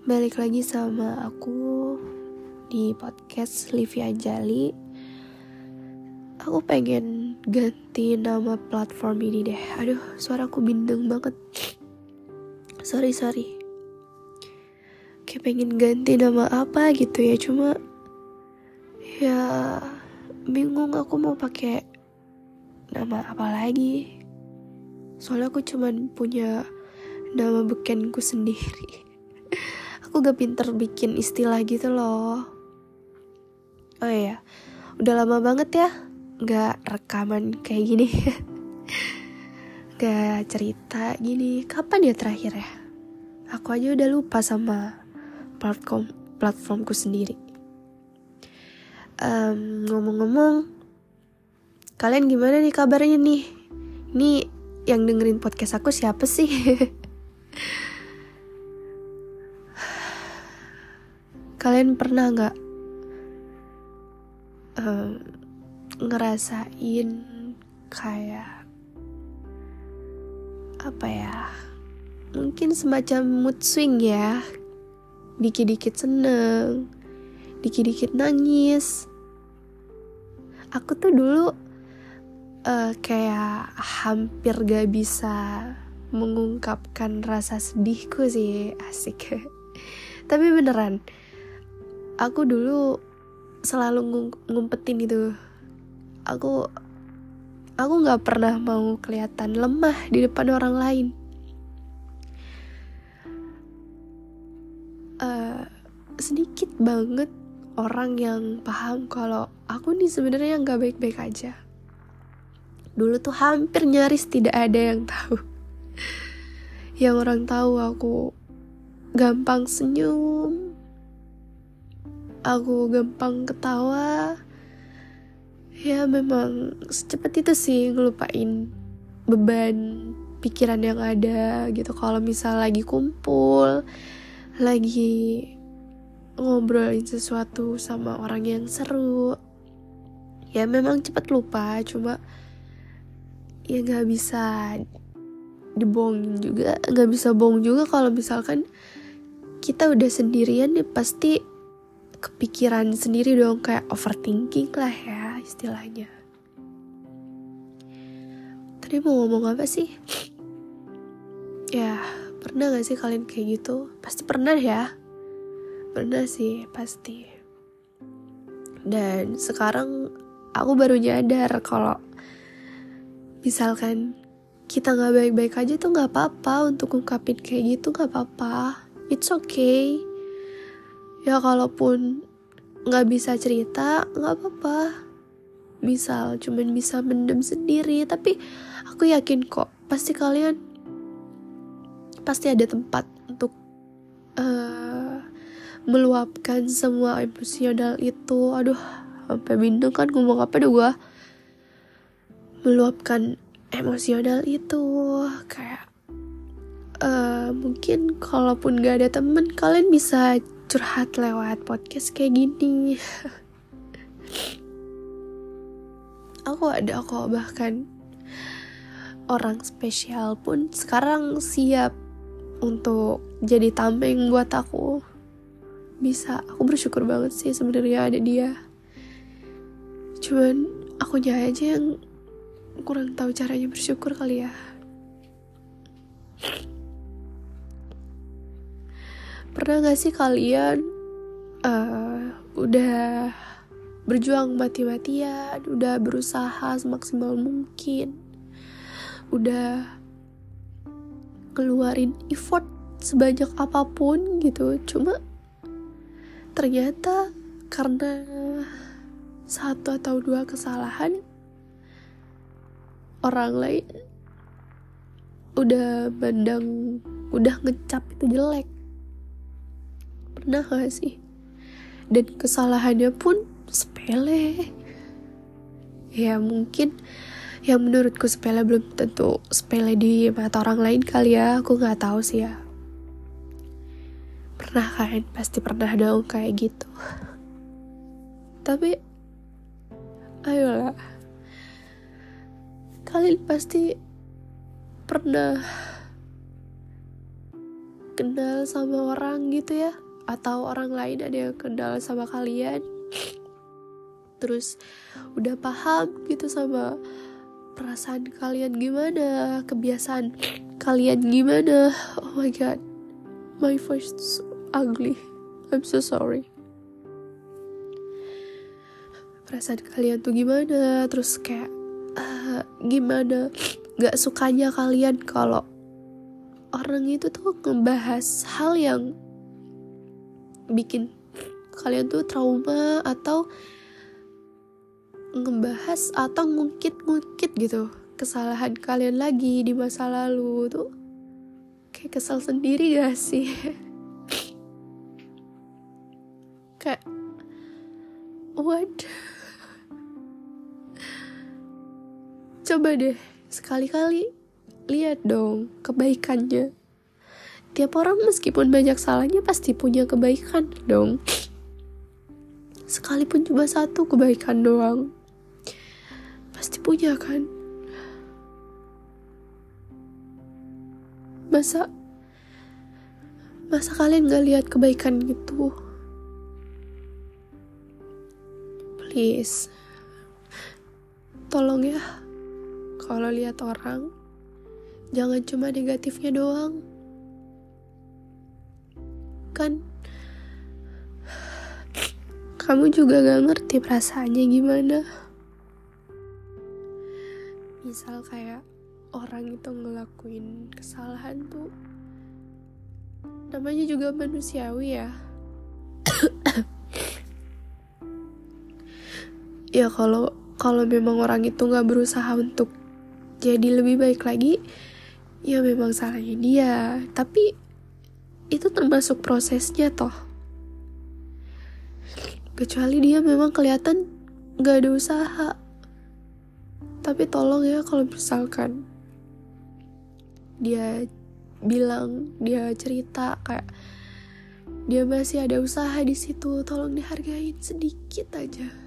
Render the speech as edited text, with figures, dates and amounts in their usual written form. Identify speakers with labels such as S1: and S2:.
S1: Balik lagi sama aku di podcast Livi Anjali. Aku pengen ganti nama platform ini deh. Aduh, suaraku bindeng banget. Sorry. Kayak pengen ganti nama apa gitu ya. Cuma ya bingung aku mau pakai nama apa lagi. Soalnya aku cuman punya nama bekenku sendiri. Aku gak pinter bikin istilah gitu loh. Oh iya, udah lama banget ya gak rekaman kayak gini. Gak cerita gini. Kapan ya terakhir ya? Aku aja udah lupa sama platformku sendiri. Ngomong-ngomong, kalian gimana nih kabarnya nih? Ini yang dengerin podcast aku siapa sih? Kalian pernah gak ngerasain kayak apa ya, mungkin semacam mood swing ya, dikit-dikit seneng, dikit-dikit nangis. Aku tuh dulu kayak hampir gak bisa mengungkapkan rasa sedihku sih, asik. Tapi beneran, aku dulu selalu ngumpetin gitu. Aku gak pernah mau kelihatan lemah di depan orang lain. Sedikit banget orang yang paham kalau aku nih sebenarnya gak baik-baik aja. Dulu tuh hampir nyaris tidak ada yang tahu. Yang orang tahu aku gampang senyum, aku gampang ketawa. Ya memang secepat itu sih ngelupain beban pikiran yang ada gitu. Kalau misal lagi kumpul, lagi ngobrolin sesuatu sama orang yang seru, ya memang cepat lupa. Cuma ya gak bisa dibohongin juga, gak bisa bohong juga kalau misalkan kita udah sendirian nih, pasti kepikiran sendiri dong, kayak overthinking lah ya istilahnya. Tadi mau ngomong apa sih? Ya, pernah gak sih kalian kayak gitu? Pasti pernah ya. Pernah sih, pasti. Dan sekarang aku baru nyadar kalau misalkan kita gak baik-baik aja tuh gak apa-apa untuk ungkapin kayak gitu, gak apa-apa. It's okay. Ya kalaupun gak bisa cerita, gak apa-apa. Misal cuman bisa mendem sendiri, tapi aku yakin kok pasti kalian pasti ada tempat untuk meluapkan semua emosional itu. Aduh, sampai bindeng kan ngomong apa deh gua. Meluapkan emosional itu kayak mungkin kalaupun gak ada temen, kalian bisa curhat lewat podcast kayak gini. Aku ada kok, bahkan orang spesial pun sekarang siap untuk jadi tameng buat aku. Bisa, aku bersyukur banget sih sebenarnya ada dia. Cuman akunya aja yang kurang tahu caranya bersyukur kali ya. Pernah gak sih kalian udah berjuang mati-matian, udah berusaha semaksimal mungkin, udah keluarin effort sebanyak apapun gitu, cuma ternyata karena 1 atau 2 kesalahan orang lain udah ngecap itu jelek. Pernah gak sih? Dan kesalahannya pun sepele. Ya mungkin yang menurutku sepele belum tentu sepele di mata orang lain kali ya. Aku gak tahu sih ya. Pernah kan? Pasti pernah dong kayak gitu. Tapi ayolah, kalian pasti pernah kenal sama orang gitu ya, atau orang lain ada yang kenal sama kalian, terus udah paham gitu sama perasaan kalian gimana, kebiasaan kalian gimana. Oh my god, my voice is ugly, I'm so sorry. Perasaan kalian tuh gimana, terus kayak gimana gak sukanya kalian kalau orang itu tuh ngebahas hal yang bikin kalian tuh trauma, atau ngebahas atau ngungkit gitu kesalahan kalian lagi di masa lalu tuh. Kayak kesel sendiri gak sih? Kayak what? Coba deh sekali-kali lihat dong kebaikannya. Tiap orang meskipun banyak salahnya pasti punya kebaikan dong. Sekalipun cuma satu kebaikan doang, pasti punya kan. Masa kalian gak lihat kebaikan gitu? Please, tolong ya, kalau lihat orang jangan cuma negatifnya doang. Kan kamu juga gak ngerti perasaannya gimana. Misal kayak orang itu ngelakuin kesalahan tuh, namanya juga manusiawi ya. Ya kalau memang orang itu gak berusaha untuk jadi lebih baik lagi, ya memang salahnya dia. Tapi itu termasuk prosesnya toh. Kecuali dia memang kelihatan gak ada usaha. Tapi tolong ya, kalau misalkan dia bilang, dia cerita kayak dia masih ada usaha di situ, tolong dihargain sedikit aja.